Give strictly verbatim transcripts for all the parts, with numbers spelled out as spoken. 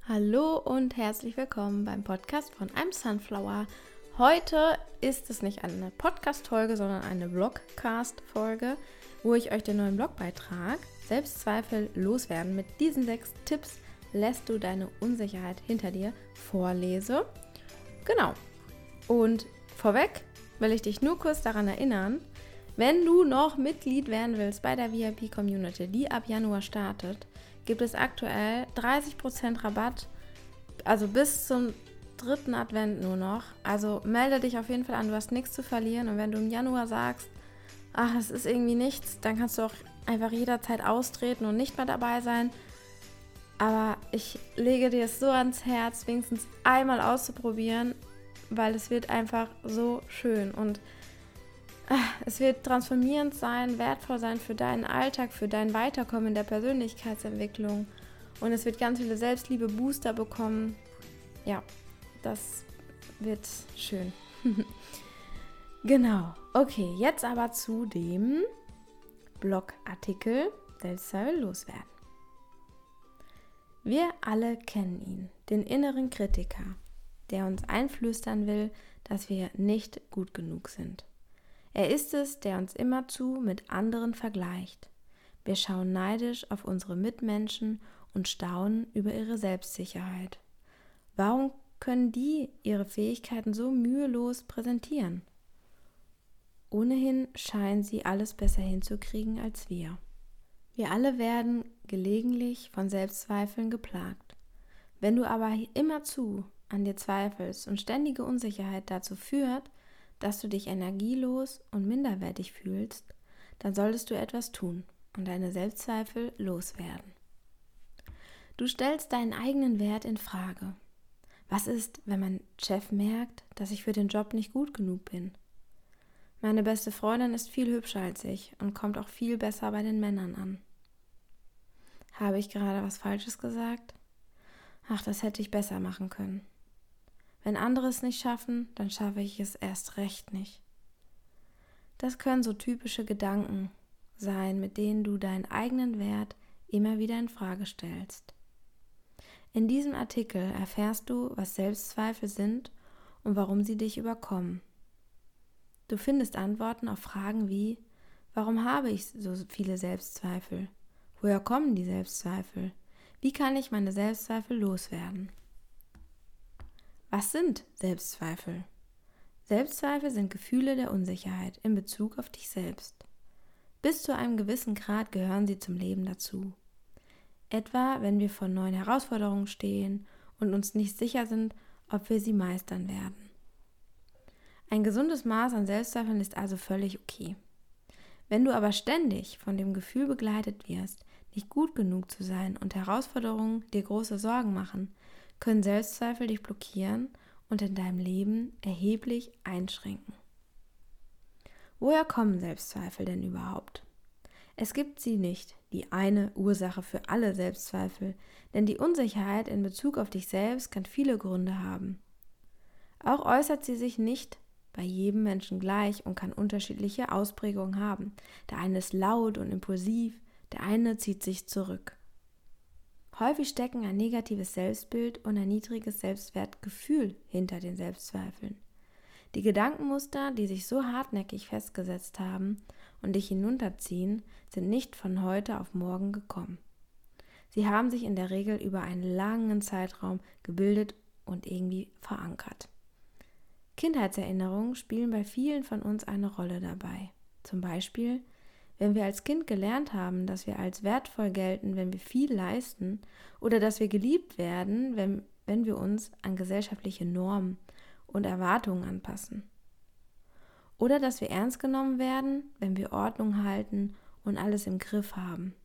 Hallo und herzlich willkommen beim Podcast von I'm Sunflower. Heute ist es nicht eine Podcast-Folge, sondern eine Vlogcast-Folge, wo ich euch den neuen Blogbeitrag Selbstzweifel loswerden mit diesen sechs Tipps lässt du deine Unsicherheit hinter dir vorlese. Genau. Und vorweg will ich dich nur kurz daran erinnern, wenn du noch Mitglied werden willst bei der V I P-Community, die ab Januar startet, gibt es aktuell dreißig Prozent Rabatt, also bis zum dritten Advent nur noch. Also melde dich auf jeden Fall an, du hast nichts zu verlieren. Und wenn du im Januar sagst, ach, es ist irgendwie nichts, dann kannst du auch einfach jederzeit austreten und nicht mehr dabei sein. Aber ich lege dir es so ans Herz, wenigstens einmal auszuprobieren, weil es wird einfach so schön und es wird transformierend sein, wertvoll sein für deinen Alltag, für dein Weiterkommen in der Persönlichkeitsentwicklung. Und es wird ganz viele Selbstliebe-Booster bekommen. Ja, das wird schön. Genau. Okay, jetzt aber zu dem Blogartikel Selbstzweifel loswerden. Wir alle kennen ihn, den inneren Kritiker, der uns einflüstern will, dass wir nicht gut genug sind. Er ist es, der uns immerzu mit anderen vergleicht. Wir schauen neidisch auf unsere Mitmenschen und staunen über ihre Selbstsicherheit. Warum können die ihre Fähigkeiten so mühelos präsentieren? Ohnehin scheinen sie alles besser hinzukriegen als wir. Wir alle werden gelegentlich von Selbstzweifeln geplagt. Wenn du aber immerzu an dir zweifelst und ständige Unsicherheit dazu führt, dass du dich energielos und minderwertig fühlst, dann solltest du etwas tun und deine Selbstzweifel loswerden. Du stellst deinen eigenen Wert in Frage. Was ist, wenn mein Chef merkt, dass ich für den Job nicht gut genug bin? Meine beste Freundin ist viel hübscher als ich und kommt auch viel besser bei den Männern an. Habe ich gerade was Falsches gesagt? Ach, das hätte ich besser machen können. Wenn andere es nicht schaffen, dann schaffe ich es erst recht nicht. Das können so typische Gedanken sein, mit denen du deinen eigenen Wert immer wieder in Frage stellst. In diesem Artikel erfährst du, was Selbstzweifel sind und warum sie dich überkommen. Du findest Antworten auf Fragen wie: Warum habe ich so viele Selbstzweifel? Woher kommen die Selbstzweifel? Wie kann ich meine Selbstzweifel loswerden? Was sind Selbstzweifel? Selbstzweifel sind Gefühle der Unsicherheit in Bezug auf dich selbst. Bis zu einem gewissen Grad gehören sie zum Leben dazu. Etwa, wenn wir vor neuen Herausforderungen stehen und uns nicht sicher sind, ob wir sie meistern werden. Ein gesundes Maß an Selbstzweifeln ist also völlig okay. Wenn du aber ständig von dem Gefühl begleitet wirst, nicht gut genug zu sein und Herausforderungen dir große Sorgen machen, können Selbstzweifel dich blockieren und in deinem Leben erheblich einschränken. Woher kommen Selbstzweifel denn überhaupt? Es gibt sie nicht, die eine Ursache für alle Selbstzweifel, denn die Unsicherheit in Bezug auf dich selbst kann viele Gründe haben. Auch äußert sie sich nicht bei jedem Menschen gleich und kann unterschiedliche Ausprägungen haben. Der eine ist laut und impulsiv, der eine zieht sich zurück. Häufig stecken ein negatives Selbstbild und ein niedriges Selbstwertgefühl hinter den Selbstzweifeln. Die Gedankenmuster, die sich so hartnäckig festgesetzt haben und dich hinunterziehen, sind nicht von heute auf morgen gekommen. Sie haben sich in der Regel über einen langen Zeitraum gebildet und irgendwie verankert. Kindheitserinnerungen spielen bei vielen von uns eine Rolle dabei. Zum Beispiel: Wenn wir als Kind gelernt haben, dass wir als wertvoll gelten, wenn wir viel leisten, oder dass wir geliebt werden, wenn, wenn wir uns an gesellschaftliche Normen und Erwartungen anpassen. Oder dass wir ernst genommen werden, wenn wir Ordnung halten und alles im Griff haben.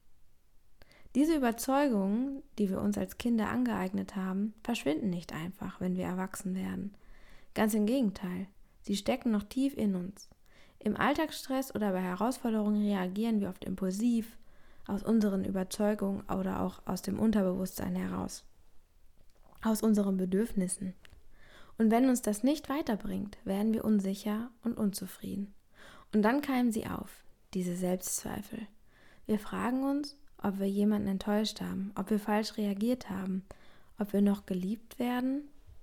Diese Überzeugungen, die wir uns als Kinder angeeignet haben, verschwinden nicht einfach, wenn wir erwachsen werden. Ganz im Gegenteil, sie stecken noch tief in uns. Im Alltagsstress oder bei Herausforderungen reagieren wir oft impulsiv, aus unseren Überzeugungen oder auch aus dem Unterbewusstsein heraus, aus unseren Bedürfnissen. Und wenn uns das nicht weiterbringt, werden wir unsicher und unzufrieden. Und dann keimen sie auf, diese Selbstzweifel. Wir fragen uns, ob wir jemanden enttäuscht haben, ob wir falsch reagiert haben, ob wir noch geliebt werden?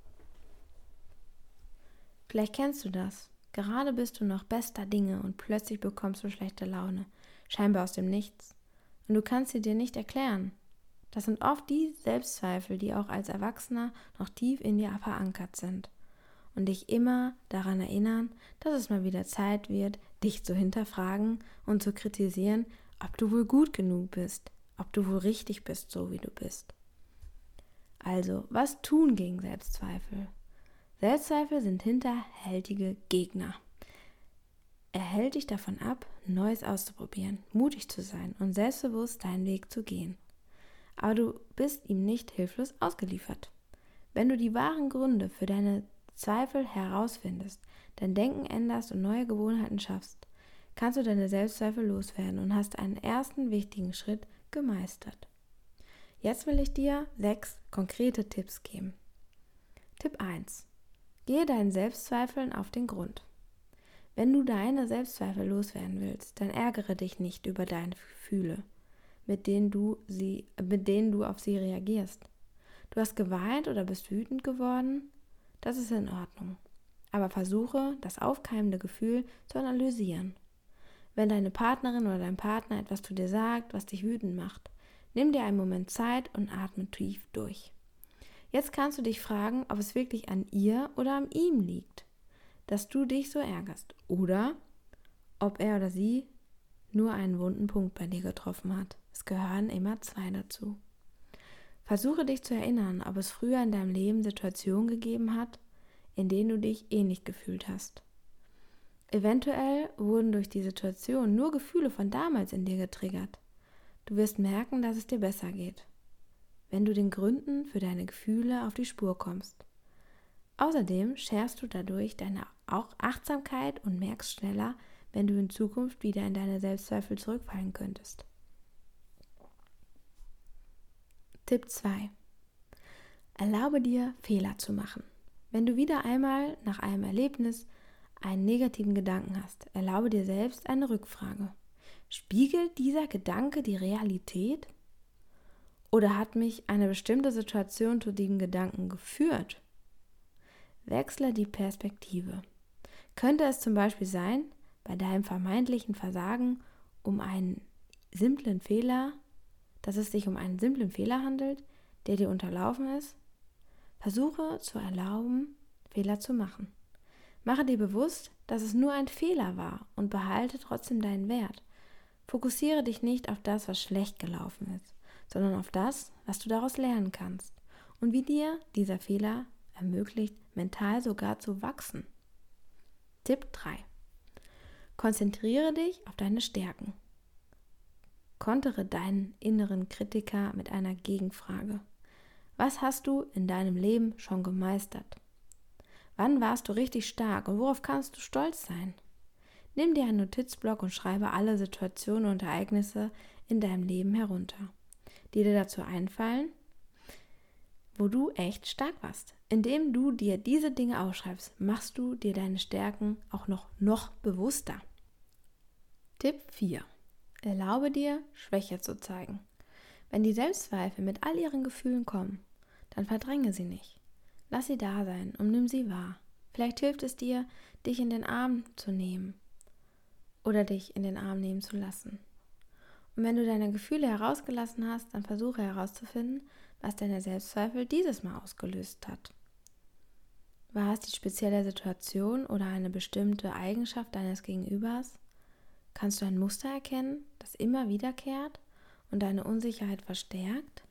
Vielleicht kennst du das. Gerade bist du noch bester Dinge und plötzlich bekommst du schlechte Laune, scheinbar aus dem Nichts. Und du kannst sie dir nicht erklären. Das sind oft die Selbstzweifel, die auch als Erwachsener noch tief in dir verankert sind und dich immer daran erinnern, dass es mal wieder Zeit wird, dich zu hinterfragen und zu kritisieren, ob du wohl gut genug bist, ob du wohl richtig bist, so wie du bist. Also, was tun gegen Selbstzweifel? Selbstzweifel sind hinterhältige Gegner. Er hält dich davon ab, Neues auszuprobieren, mutig zu sein und selbstbewusst deinen Weg zu gehen. Aber du bist ihm nicht hilflos ausgeliefert. Wenn du die wahren Gründe für deine Zweifel herausfindest, dein Denken änderst und neue Gewohnheiten schaffst, kannst du deine Selbstzweifel loswerden und hast einen ersten wichtigen Schritt gemeistert. Jetzt will ich dir sechs konkrete Tipps geben. Tipp eins. Gehe deinen Selbstzweifeln auf den Grund. Wenn du deine Selbstzweifel loswerden willst, dann ärgere dich nicht über deine Gefühle, mit denen du sie, mit denen du auf sie reagierst. Du hast geweint oder bist wütend geworden, das ist in Ordnung. Aber versuche, das aufkeimende Gefühl zu analysieren. Wenn deine Partnerin oder dein Partner etwas zu dir sagt, was dich wütend macht, nimm dir einen Moment Zeit und atme tief durch. Jetzt kannst du dich fragen, ob es wirklich an ihr oder an ihm liegt, dass du dich so ärgerst, oder ob er oder sie nur einen wunden Punkt bei dir getroffen hat. Es gehören immer zwei dazu. Versuche dich zu erinnern, ob es früher in deinem Leben Situationen gegeben hat, in denen du dich ähnlich gefühlt hast. Eventuell wurden durch die Situation nur Gefühle von damals in dir getriggert. Du wirst merken, dass es dir besser geht, wenn du den Gründen für deine Gefühle auf die Spur kommst. Außerdem schärfst du dadurch deine Achtsamkeit und merkst schneller, wenn du in Zukunft wieder in deine Selbstzweifel zurückfallen könntest. Tipp zwei. Erlaube dir, Fehler zu machen. Wenn du wieder einmal nach einem Erlebnis einen negativen Gedanken hast, erlaube dir selbst eine Rückfrage. Spiegelt dieser Gedanke die Realität? Oder hat mich eine bestimmte Situation zu diesem Gedanken geführt? Wechsle die Perspektive. Könnte es zum Beispiel sein, bei deinem vermeintlichen Versagen um einen simplen Fehler, dass es sich um einen simplen Fehler handelt, der dir unterlaufen ist? Versuche zu erlauben, Fehler zu machen. Mache dir bewusst, dass es nur ein Fehler war und behalte trotzdem deinen Wert. Fokussiere dich nicht auf das, was schlecht gelaufen ist, sondern auf das, was du daraus lernen kannst und wie dir dieser Fehler ermöglicht, mental sogar zu wachsen. Tipp drei. Konzentriere dich auf deine Stärken. Kontere deinen inneren Kritiker mit einer Gegenfrage. Was hast du in deinem Leben schon gemeistert? Wann warst du richtig stark und worauf kannst du stolz sein? Nimm dir einen Notizblock und schreibe alle Situationen und Ereignisse in deinem Leben herunter, die dir dazu einfallen, wo du echt stark warst. Indem du dir diese Dinge aufschreibst, machst du dir deine Stärken auch noch, noch bewusster. Tipp vier. Erlaube dir, Schwäche zu zeigen. Wenn die Selbstzweifel mit all ihren Gefühlen kommen, dann verdränge sie nicht. Lass sie da sein und nimm sie wahr. Vielleicht hilft es dir, dich in den Arm zu nehmen oder dich in den Arm nehmen zu lassen. Und wenn du deine Gefühle herausgelassen hast, dann versuche herauszufinden, was deine Selbstzweifel dieses Mal ausgelöst hat. War es die spezielle Situation oder eine bestimmte Eigenschaft deines Gegenübers? Kannst du ein Muster erkennen, das immer wiederkehrt und deine Unsicherheit verstärkt?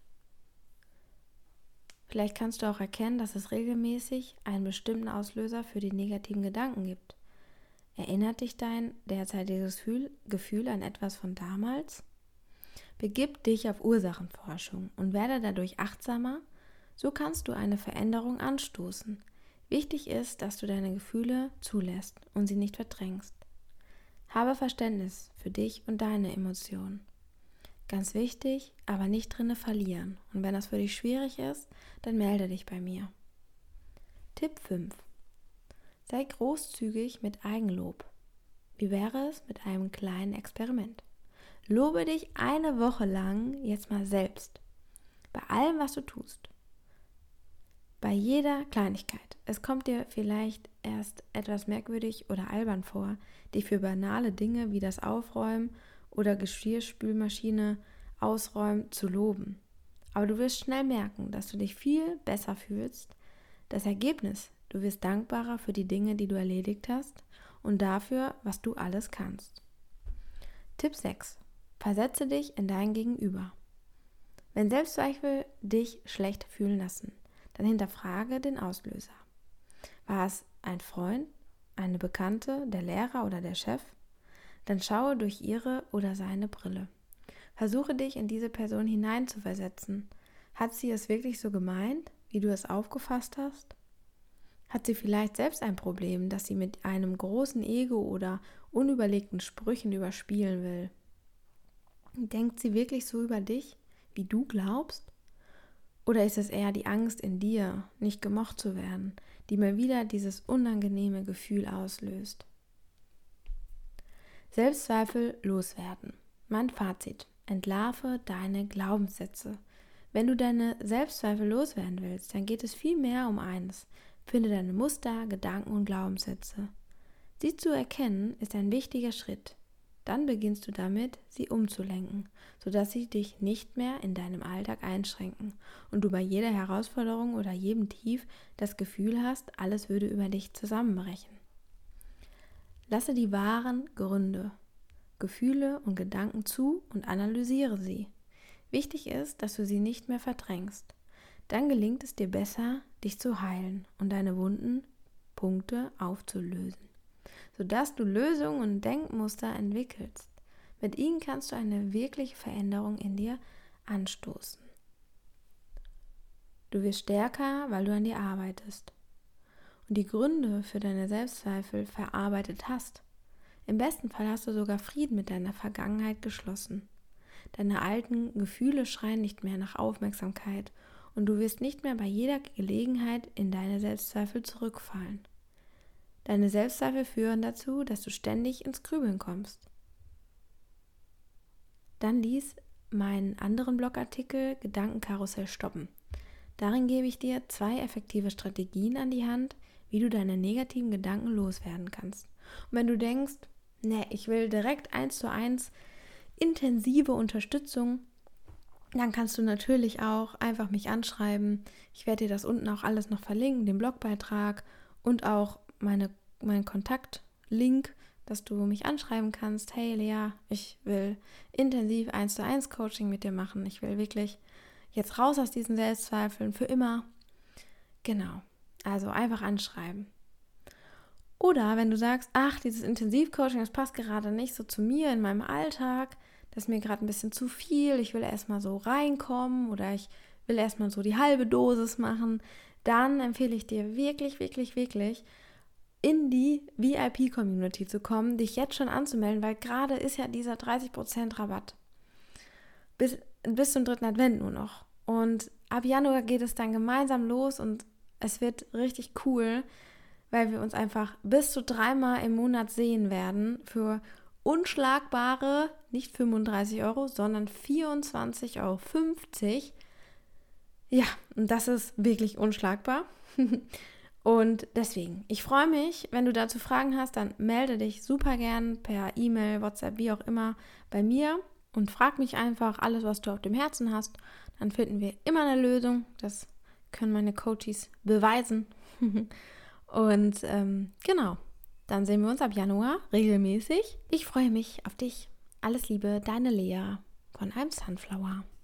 Vielleicht kannst du auch erkennen, dass es regelmäßig einen bestimmten Auslöser für die negativen Gedanken gibt. Erinnert dich dein derzeitiges Gefühl, Gefühl an etwas von damals? Begib dich auf Ursachenforschung und werde dadurch achtsamer, so kannst du eine Veränderung anstoßen. Wichtig ist, dass du deine Gefühle zulässt und sie nicht verdrängst. Habe Verständnis für dich und deine Emotionen. Ganz wichtig, aber nicht drinne verlieren. Und wenn das für dich schwierig ist, dann melde dich bei mir. Tipp fünf. Sei großzügig mit Eigenlob. Wie wäre es mit einem kleinen Experiment? Lobe dich eine Woche lang jetzt mal selbst. Bei allem, was du tust. bei jeder Kleinigkeit. Es kommt dir vielleicht erst etwas merkwürdig oder albern vor, dich für banale Dinge wie das Aufräumen oder Geschirrspülmaschine ausräumen zu loben. Aber du wirst schnell merken, dass du dich viel besser fühlst. Das Ergebnis: Du wirst dankbarer für die Dinge, die du erledigt hast und dafür, was du alles kannst. Tipp sechs. Versetze dich in dein Gegenüber. Wenn Selbstzweifel dich schlecht fühlen lassen, dann hinterfrage den Auslöser. War es ein Freund, eine Bekannte, der Lehrer oder der Chef? Dann schaue durch ihre oder seine Brille. Versuche dich in diese Person hineinzuversetzen. Hat sie es wirklich so gemeint, wie du es aufgefasst hast? Hat sie vielleicht selbst ein Problem, das sie mit einem großen Ego oder unüberlegten Sprüchen überspielen will? Denkt sie wirklich so über dich, wie du glaubst? Oder ist es eher die Angst in dir, nicht gemocht zu werden, die mal wieder dieses unangenehme Gefühl auslöst? Selbstzweifel loswerden. Mein Fazit: Entlarve deine Glaubenssätze. Wenn du deine Selbstzweifel loswerden willst, dann geht es viel mehr um eines. Finde deine Muster, Gedanken und Glaubenssätze. Sie zu erkennen ist ein wichtiger Schritt. Dann beginnst du damit, sie umzulenken, sodass sie dich nicht mehr in deinem Alltag einschränken und du bei jeder Herausforderung oder jedem Tief das Gefühl hast, alles würde über dich zusammenbrechen. Lasse die wahren Gründe, Gefühle und Gedanken zu und analysiere sie. Wichtig ist, dass du sie nicht mehr verdrängst. Dann gelingt es dir besser, dich zu heilen und deine wunden Punkte aufzulösen, sodass du Lösungen und Denkmuster entwickelst. Mit ihnen kannst du eine wirkliche Veränderung in dir anstoßen. Du wirst stärker, weil du an dir arbeitest und die Gründe für deine Selbstzweifel verarbeitet hast. Im besten Fall hast du sogar Frieden mit deiner Vergangenheit geschlossen. Deine alten Gefühle schreien nicht mehr nach Aufmerksamkeit und du wirst nicht mehr bei jeder Gelegenheit in deine Selbstzweifel zurückfallen. Deine Selbstzweifel führen dazu, dass du ständig ins Grübeln kommst. Dann lies meinen anderen Blogartikel Gedankenkarussell stoppen. Darin gebe ich dir zwei effektive Strategien an die Hand, wie du deine negativen Gedanken loswerden kannst. Und wenn du denkst, ne, ich will direkt eins zu eins intensive Unterstützung, dann kannst du natürlich auch einfach mich anschreiben. Ich werde dir das unten auch alles noch verlinken, den Blogbeitrag und auch meine, meinen Kontaktlink, dass du mich anschreiben kannst. Hey Lea, ich will intensiv eins zu eins Coaching mit dir machen. Ich will wirklich jetzt raus aus diesen Selbstzweifeln für immer. Genau, also einfach anschreiben. Oder wenn du sagst, ach, dieses Intensivcoaching, das passt gerade nicht so zu mir in meinem Alltag, das ist mir gerade ein bisschen zu viel, ich will erstmal so reinkommen oder ich will erstmal so die halbe Dosis machen, dann empfehle ich dir wirklich, wirklich, wirklich, in die V I P-Community zu kommen, dich jetzt schon anzumelden, weil gerade ist ja dieser dreißig Prozent Rabatt. Bis, bis zum dritten Advent nur noch. Und ab Januar geht es dann gemeinsam los und es wird richtig cool, weil wir uns einfach bis zu dreimal im Monat sehen werden für unschlagbare, nicht fünfunddreißig Euro, sondern vierundzwanzig Euro fünfzig. Ja, und das ist wirklich unschlagbar. Und deswegen, ich freue mich, wenn du dazu Fragen hast, dann melde dich super gern per E-Mail, WhatsApp, wie auch immer bei mir und frag mich einfach alles, was du auf dem Herzen hast. Dann finden wir immer eine Lösung. Das können meine Coaches beweisen. Und ähm, genau, dann sehen wir uns ab Januar regelmäßig. Ich freue mich auf dich. Alles Liebe, deine Lea von I'm Sunflower.